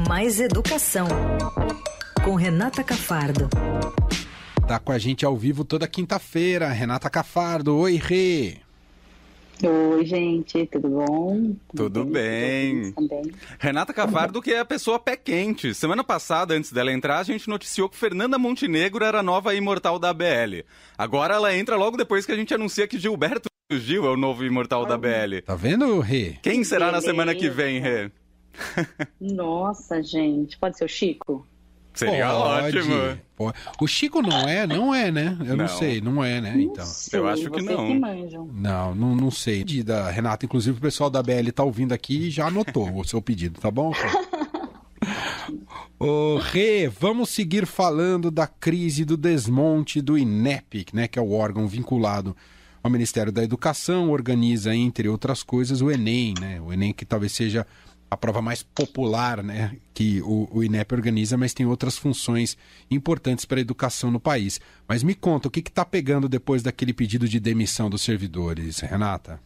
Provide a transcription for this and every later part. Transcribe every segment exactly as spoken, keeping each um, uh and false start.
Mais Educação, com Renata Cafardo. Tá com a gente ao vivo toda quinta-feira, Renata Cafardo. Oi, Rê. Oi, gente, tudo bom? Tudo, tudo bem. bem. Renata Cafardo, que é a pessoa pé quente. Semana passada, antes dela entrar, a gente noticiou que Fernanda Montenegro era a nova imortal da A B L. Agora ela entra logo depois que a gente anuncia que Gilberto Gil é o novo imortal da A B L. Tá vendo, Rê? Quem será na semana que vem, Rê? Nossa, gente, pode ser o Chico? Seria Pode. ótimo. Pode. O Chico não é, não é, né? Eu não, não sei, não é, né? Não Então. sei, eu acho que não. Que manjam. Não, não, não sei. Da Renata, inclusive o pessoal da A B L tá ouvindo aqui e já anotou o seu pedido, tá bom? Ô, Rê, vamos seguir falando da crise do desmonte do INEP, né, que é o órgão vinculado ao Ministério da Educação, organiza, entre outras coisas, o Enem, né? O Enem que talvez seja a prova mais popular, né, que o, o INEP organiza, mas tem outras funções importantes para a educação no país. Mas me conta, o que está pegando depois daquele pedido de demissão dos servidores, Renata?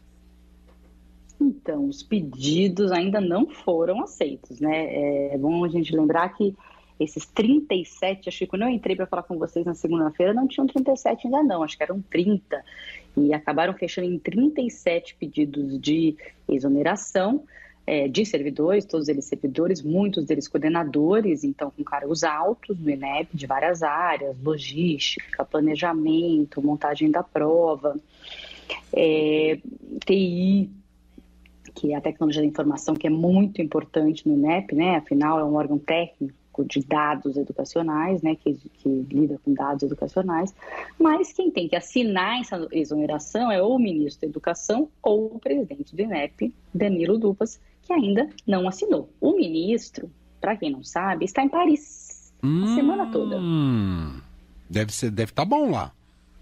Então, os pedidos ainda não foram aceitos, né? É bom a gente lembrar que esses trinta e sete, acho que quando eu entrei para falar com vocês na segunda-feira, não tinham trinta e sete ainda não, acho que eram trinta. E acabaram fechando em trinta e sete pedidos de exoneração, É, de servidores, todos eles servidores, muitos deles coordenadores, então com cargos altos no INEP, de várias áreas, logística, planejamento, montagem da prova, é, T I, que é a tecnologia da informação, que é muito importante no INEP, né? Afinal é um órgão técnico de dados educacionais, né, que, que lida com dados educacionais, mas quem tem que assinar essa exoneração é ou o ministro da Educação ou o presidente do INEP, Danilo Dupas, que ainda não assinou. O ministro, para quem não sabe, está em Paris hum, a semana toda. Deve ser, deve estar bom lá.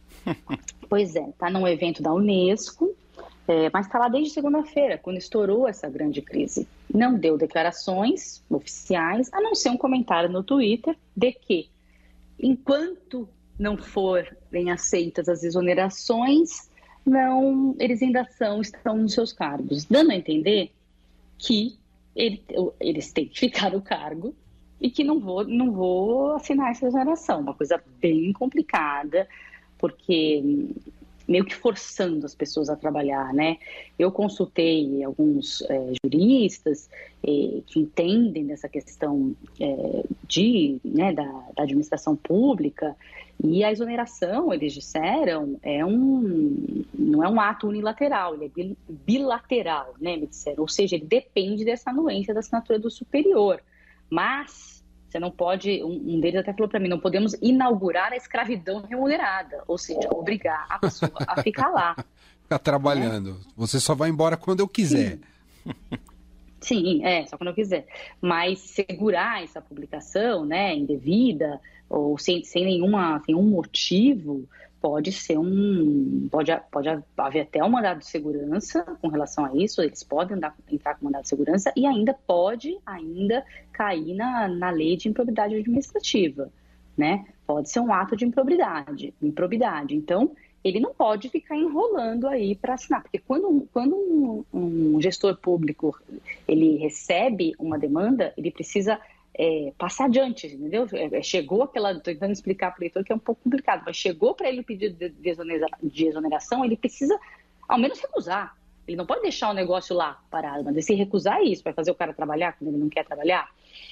Pois é, está num evento da Unesco, é, mas está lá desde segunda-feira, quando estourou essa grande crise. Não deu declarações oficiais, a não ser um comentário no Twitter de que, enquanto não forem aceitas as exonerações, não, eles ainda são, estão nos seus cargos, dando a entender que ele, eles têm que ficar no cargo e que não vou, não vou assinar essa exoneração. Uma coisa bem complicada, porque meio que forçando as pessoas a trabalhar, né? Eu consultei alguns é, juristas é, que entendem dessa questão é, de, né, da, da administração pública, e a exoneração, eles disseram, é um, não é um ato unilateral, ele é bilateral, né, me disseram, ou seja, ele depende dessa anuência da assinatura do superior, mas você não pode, um, um deles até falou para mim, não podemos inaugurar a escravidão remunerada, ou seja, obrigar a pessoa a ficar lá. Ficar trabalhando, é. Você só vai embora quando eu quiser. Sim. Sim, é, só quando eu quiser. Mas segurar essa publicação, né, indevida, ou sem, sem, nenhuma, sem nenhum motivo, pode ser um... Pode, pode haver até um mandado de segurança com relação a isso, eles podem andar, entrar com mandado de segurança e ainda pode ainda cair na, na lei de improbidade administrativa, né? Pode ser um ato de improbidade, improbidade. Então, ele não pode ficar enrolando aí para assinar, porque quando, quando um, um gestor público ele recebe uma demanda, ele precisa é, passar adiante, entendeu? É, chegou aquela, estou tentando explicar para o leitor que é um pouco complicado, mas chegou para ele o pedido de, de, exonera, de exoneração, ele precisa ao menos recusar. Ele não pode deixar o negócio lá parado, mas se recusar isso, vai fazer o cara trabalhar quando ele não quer trabalhar.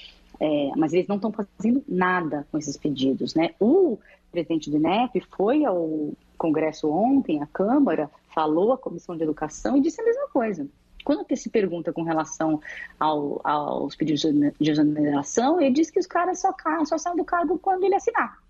É, mas eles não estão fazendo nada com esses pedidos, né? O presidente do INEP foi ao Congresso ontem, à Câmara, falou à Comissão de Educação e disse a mesma coisa. Quando se pergunta com relação ao, aos pedidos de exoneração, ele diz que os caras só, só saem do cargo quando ele assinar.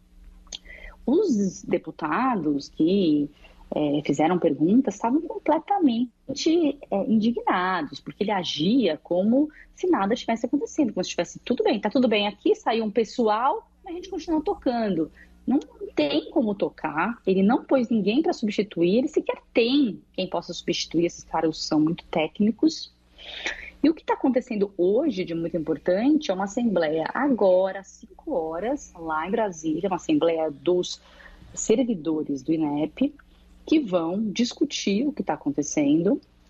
Os deputados que é, fizeram perguntas estavam completamente é, indignados, porque ele agia como se nada estivesse acontecendo, como se estivesse tudo bem, tá tudo bem aqui, saiu um pessoal, a gente continua tocando. Não tem como tocar, ele não pôs ninguém para substituir, ele sequer tem quem possa substituir, esses caras são muito técnicos. E o que está acontecendo hoje, de muito importante, é uma assembleia agora, às cinco horas, lá em Brasília, uma assembleia dos servidores do INEP, que vão discutir o que está acontecendo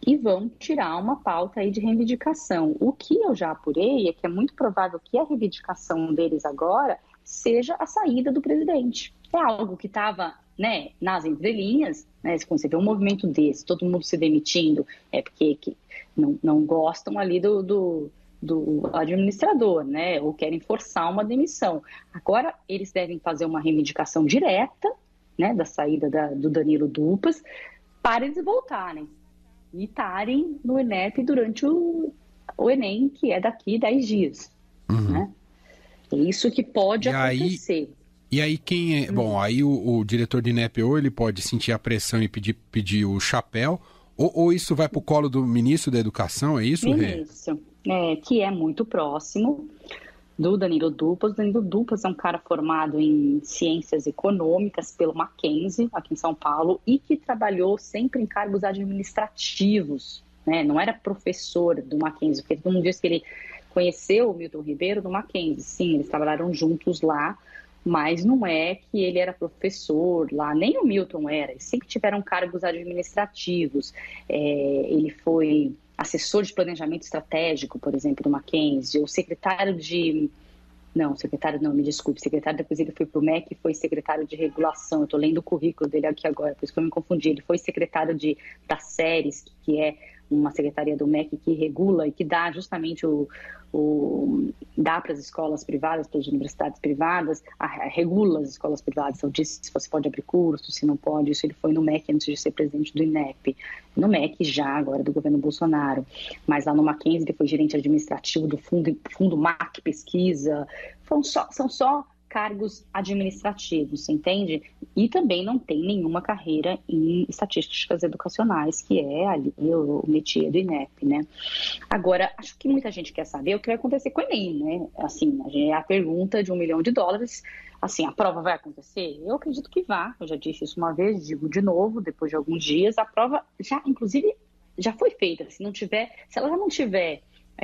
e vão tirar uma pauta aí de reivindicação. O que eu já apurei é que é muito provável que a reivindicação deles agora seja a saída do presidente. É algo que estava, né, nas entrelinhas, né, quando você vê um movimento desse, todo mundo se demitindo, é porque que não, não gostam ali do, do, do administrador, né, ou querem forçar uma demissão. Agora, eles devem fazer uma reivindicação direta, né, da saída da, do Danilo Dupas, para eles voltarem e estarem no INEP durante o, o Enem, que é daqui dez dias. Uhum. Né? É isso que pode e acontecer. Aí, e aí quem é... Uhum. Bom, aí o, o diretor de INEP ou ele pode sentir a pressão e pedir, pedir o chapéu, ou, ou isso vai para o colo do ministro da Educação, é isso, Rê? Isso, é, que é muito próximo do Danilo Dupas. O Danilo Dupas é um cara formado em ciências econômicas pelo Mackenzie, aqui em São Paulo, e que trabalhou sempre em cargos administrativos, né? Não era professor do Mackenzie, porque todo mundo diz que ele conheceu o Milton Ribeiro do Mackenzie. Sim, eles trabalharam juntos lá, mas não é que ele era professor lá, nem o Milton era, eles sempre tiveram cargos administrativos. É, ele foi assessor de planejamento estratégico, por exemplo, do Mackenzie, ou secretário de... Não, secretário não, me desculpe, secretário, depois ele foi para o M E C e foi secretário de regulação. Eu estou lendo o currículo dele aqui agora, por isso que eu me confundi. Ele foi secretário de, da SERES, que é uma secretaria do M E C que regula e que dá justamente o... o dá para as escolas privadas, para as universidades privadas, a, a, regula as escolas privadas, então diz se você pode abrir curso, se não pode. Isso ele foi no M E C antes de ser presidente do INEP, no M E C já agora do governo Bolsonaro, mas lá no Mackenzie ele foi gerente administrativo do fundo, fundo M A C Pesquisa. São só, são só cargos administrativos, você entende? E também não tem nenhuma carreira em estatísticas educacionais, que é ali o métier do INEP, né? Agora, acho que muita gente quer saber o que vai acontecer com o Enem, né? Assim, é a pergunta de um milhão de dólares. Assim, a prova vai acontecer? Eu acredito que vá, eu já disse isso uma vez, digo de novo, depois de alguns dias, a prova já, inclusive, já foi feita. Se não tiver, se ela já não tiver...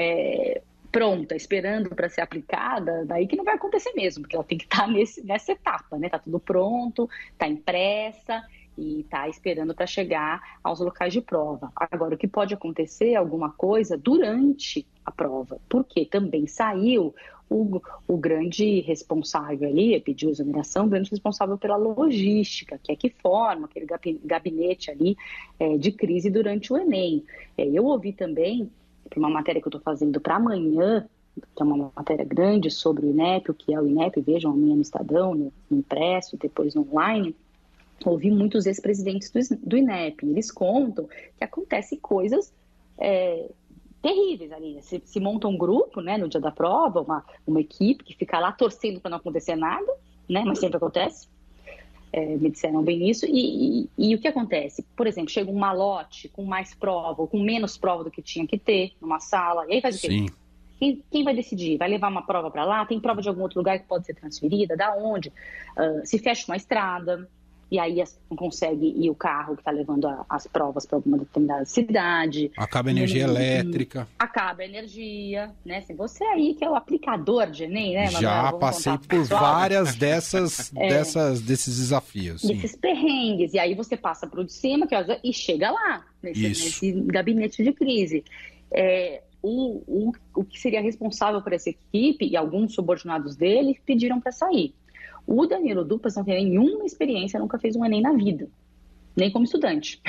É, pronta, esperando para ser aplicada, daí que não vai acontecer mesmo, porque ela tem que estar nesse, nessa etapa, né? Tá tudo pronto, tá impressa e tá esperando para chegar aos locais de prova. Agora, o que pode acontecer é alguma coisa durante a prova, porque também saiu o, o grande responsável ali, pediu exoneração, o grande responsável pela logística, que é que forma aquele gabinete ali é, de crise durante o Enem. É, eu ouvi também para uma matéria que eu estou fazendo para amanhã, que é uma matéria grande sobre o INEP, o que é o INEP, vejam a minha no Estadão, no, no impresso, depois no online, ouvi muitos ex-presidentes do, do INEP, eles contam que acontecem coisas é, terríveis ali, se, se monta um grupo, né, no dia da prova, uma, uma equipe que fica lá torcendo para não acontecer nada, né, mas sempre acontece. É, me disseram bem isso, e, e, e o que acontece? Por exemplo, chega um malote com mais prova, ou com menos prova do que tinha que ter numa sala, e aí faz o quê? Sim. Quem, quem vai decidir? Vai levar uma prova para lá? Tem prova de algum outro lugar que pode ser transferida? Da onde? Uh, se fecha uma estrada, e aí não consegue ir o carro que está levando a, as provas para alguma determinada cidade. Acaba a energia e, elétrica. Acaba a energia, né? Se você aí que é o aplicador de Enem, né, Manuel? Já passei por várias dessas, é, dessas, desses desafios. Sim. Desses perrengues. E aí você passa para o de cima que, e chega lá, nesse, nesse gabinete de crise. É, o, o, o que seria responsável por essa equipe e alguns subordinados dele pediram para sair. O Danilo Dupas não tem nenhuma experiência, nunca fez um Enem na vida, nem como estudante.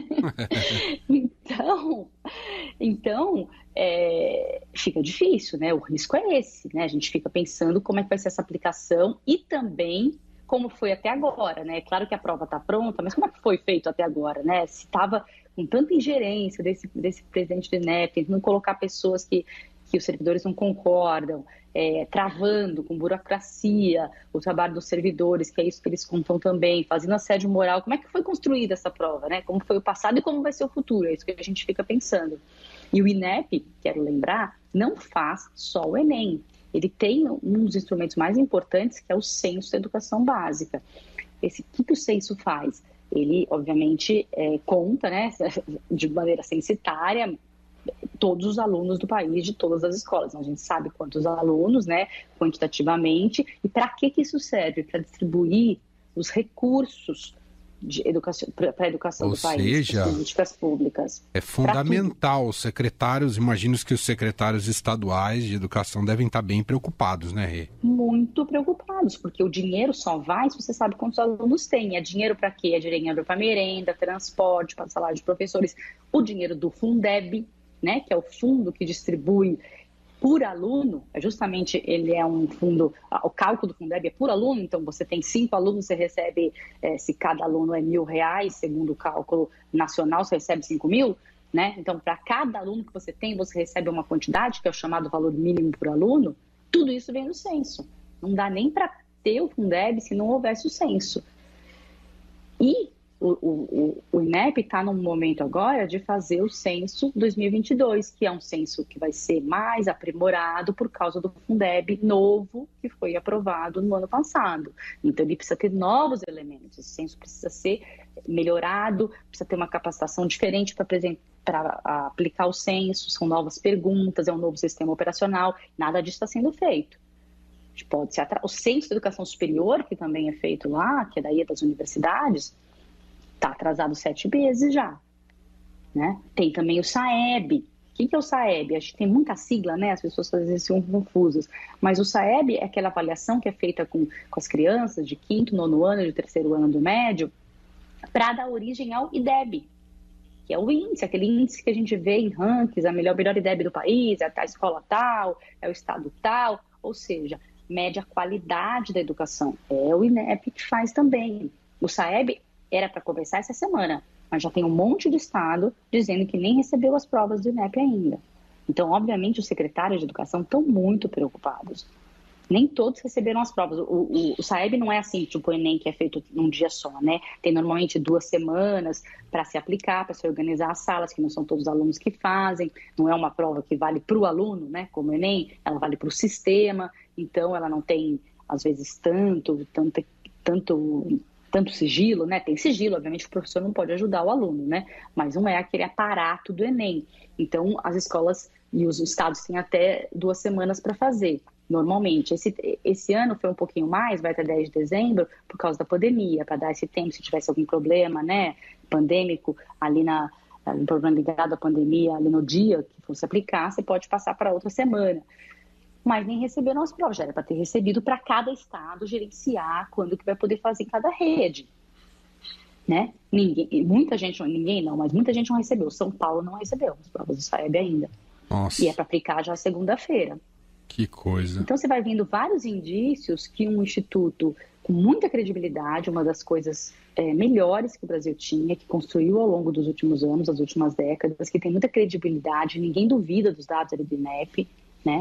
então, então é, fica difícil, né? O risco é esse, né? A gente fica pensando como é que vai ser essa aplicação e também como foi até agora, né? Claro que a prova está pronta, mas como é que foi feito até agora, né? Se estava com tanta ingerência desse, desse presidente do INEP, não colocar pessoas que, que os servidores não concordam, É, travando com burocracia o trabalho dos servidores, que é isso que eles contam também, fazendo assédio moral. Como é que foi construída essa prova, né? Como foi o passado e como vai ser o futuro? É isso que a gente fica pensando. E o INEP, quero lembrar, não faz só o Enem. Ele tem um dos instrumentos mais importantes, que é o Censo da Educação Básica. Esse, o que o censo faz? Ele, obviamente, é, conta, né, de maneira censitária, todos os alunos do país, de todas as escolas. A gente sabe quantos alunos, né, quantitativamente, e para que que isso serve? Para distribuir os recursos de educação, para a educação Ou do país, seja, as políticas públicas. É fundamental. Os secretários, imagino que os secretários estaduais de educação devem estar bem preocupados, né, Rê? Muito preocupados, porque o dinheiro só vai se você sabe quantos alunos tem. É dinheiro para quê? É dinheiro para merenda, transporte, para salário de professores. O dinheiro do Fundeb, né, que é o fundo que distribui por aluno, é justamente, ele é um fundo, o cálculo do Fundeb é por aluno, então você tem cinco alunos, você recebe, é, se cada aluno é mil reais, segundo o cálculo nacional, você recebe cinco mil, né? Então, para cada aluno que você tem, você recebe uma quantidade, que é o chamado valor mínimo por aluno, tudo isso vem no censo. Não dá nem para ter o Fundeb se não houvesse o censo. E O, o, o INEP está num momento agora de fazer o censo dois mil e vinte e dois, que é um censo que vai ser mais aprimorado por causa do Fundeb novo que foi aprovado no ano passado. Então, ele precisa ter novos elementos. Esse censo precisa ser melhorado, precisa ter uma capacitação diferente para aplicar o censo, são novas perguntas, é um novo sistema operacional, nada disso está sendo feito. Pode ser atra... O censo de educação superior, que também é feito lá, que é daí das universidades, está atrasado sete meses já, né? Tem também o SAEB. O que é o SAEB? Acho que tem muita sigla, né? As pessoas às vezes ficam confusas. Mas o SAEB é aquela avaliação que é feita com, com as crianças de quinto, nono ano, de terceiro ano do médio, para dar origem ao IDEB, que é o índice, aquele índice que a gente vê em rankings, a melhor, melhor IDEB do país, é a escola tal, é o estado tal, ou seja, mede a qualidade da educação. É o INEP que faz também. O SAEB era para começar essa semana, mas já tem um monte de estado dizendo que nem recebeu as provas do INEP ainda. Então, obviamente, os secretários de educação estão muito preocupados. Nem todos receberam as provas. O, o, o SAEB não é assim, tipo o Enem, que é feito num dia só, né? Tem normalmente duas semanas para se aplicar, para se organizar as salas, que não são todos os alunos que fazem. Não é uma prova que vale para o aluno, né? Como o Enem, ela vale para o sistema. Então, ela não tem, às vezes, tanto, tanto, tanto, tanto sigilo, né? Tem sigilo, obviamente o professor não pode ajudar o aluno, né? Mas não é aquele aparato do Enem. Então, as escolas e os estados têm até duas semanas para fazer. Normalmente, esse, esse ano foi um pouquinho mais, vai até dez de dezembro, por causa da pandemia, para dar esse tempo, se tivesse algum problema, né, pandêmico, ali na, um problema ligado à pandemia, ali no dia que fosse aplicar, você pode passar para outra semana. Mas nem receberam as provas, já era para ter recebido para cada estado gerenciar quando que vai poder fazer em cada rede, né? Ninguém, muita gente, ninguém não, mas muita gente não recebeu. São Paulo não recebeu as provas do SAEB ainda. Nossa. E é para aplicar já segunda-feira. Que coisa. Então, você vai vendo vários indícios que um instituto com muita credibilidade, uma das coisas é, melhores que o Brasil tinha, que construiu ao longo dos últimos anos, das últimas décadas, que tem muita credibilidade, ninguém duvida dos dados ali do INEP, né?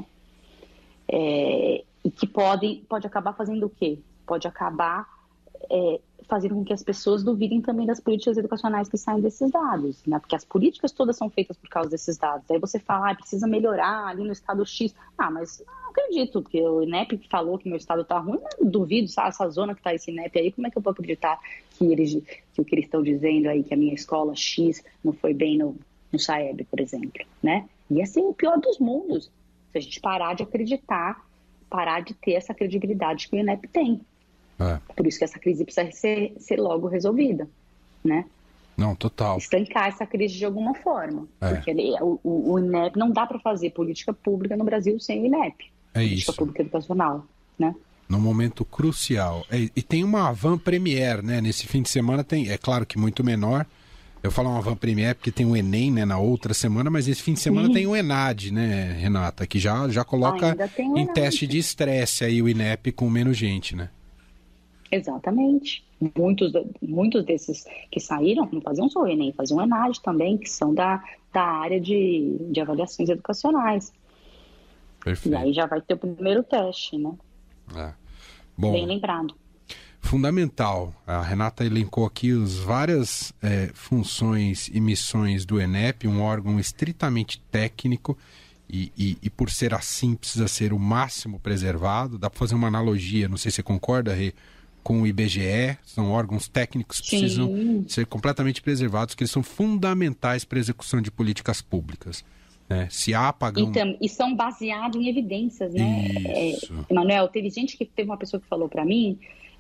É, e que pode, pode acabar fazendo o quê? Pode acabar é, fazendo com que as pessoas duvidem também das políticas educacionais que saem desses dados, né? Porque as políticas todas são feitas por causa desses dados. Aí você fala, ah, precisa melhorar ali no estado X. Ah, mas não acredito, porque o INEP falou que meu estado está ruim, mas duvido, sabe, essa zona que está esse INEP aí, como é que eu vou acreditar que, eles, que o que eles estão dizendo aí, que a minha escola X não foi bem no, no SAEB, por exemplo, né? E assim, o pior dos mundos, se a gente parar de acreditar, parar de ter essa credibilidade que o INEP tem. É. Por isso que essa crise precisa ser, ser logo resolvida, né? Não, total. Estancar essa crise de alguma forma. É. Porque ele, o, o INEP não dá para fazer política pública no Brasil sem o INEP. É política isso. Pública educacional, né? Num momento crucial. É, e tem uma van premiere, né? Nesse fim de semana tem, é claro que muito menor. Eu falo uma van premiere porque tem o Enem, né, na outra semana, mas esse fim de semana Sim. tem o ENAD, né, Renata? Que já, já coloca em teste de estresse aí o INEP com menos gente, né? Exatamente. Muitos, muitos desses que saíram não faziam só o Enem, faziam o ENAD também, que são da, da área de, de avaliações educacionais. Perfeito. E aí já vai ter o primeiro teste, né? É. Bom, bem lembrado. Fundamental. A Renata elencou aqui as várias é, funções e missões do INEP, um órgão estritamente técnico e, e, e por ser assim precisa ser o máximo preservado. Dá para fazer uma analogia, não sei se você concorda, Rê, com o I B G E, são órgãos técnicos que Sim. precisam ser completamente preservados, que eles são fundamentais para a execução de políticas públicas. Né? Se há apagão... E, e são baseados em evidências, né? Isso. É, Emanuel, teve gente que teve uma pessoa que falou para mim,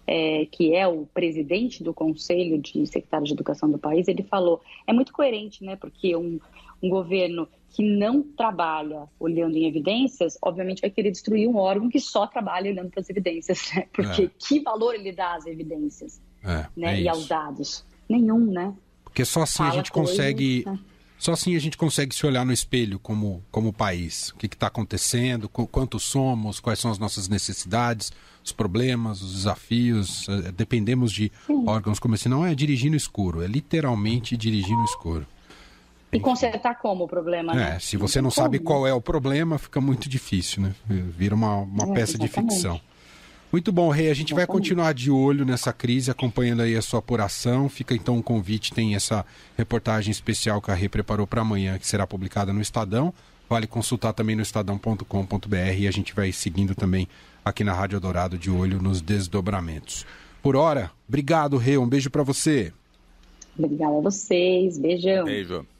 é, que é o presidente do Conselho de Secretários de Educação do país, ele falou, é muito coerente, né? Porque um, um governo que não trabalha olhando em evidências, obviamente vai querer destruir um órgão que só trabalha olhando para as evidências, né? Porque é. que valor ele dá às evidências é, né? é e aos dados? Nenhum, né? Porque só assim Fala a gente coisa, consegue... Né? Só assim a gente consegue se olhar no espelho como, como país. O que está acontecendo, quantos somos, quais são as nossas necessidades, os problemas, os desafios. Dependemos de Sim. órgãos como esse. Não é dirigir no escuro, é literalmente dirigir no escuro. E consertar como o problema, né? É, se você não sabe qual é o problema, fica muito difícil, né? Vira uma, uma é, peça exatamente. de ficção. Muito bom, Rê. A gente vai continuar de olho nessa crise, acompanhando aí a sua apuração. Fica então um convite, tem essa reportagem especial que a Rê preparou para amanhã, que será publicada no Estadão. Vale consultar também no estadão ponto com ponto b r e a gente vai seguindo também aqui na Rádio Eldorado de olho nos desdobramentos. Por hora, obrigado, Rê. Um beijo para você. Obrigada a vocês. Beijão. Beijo.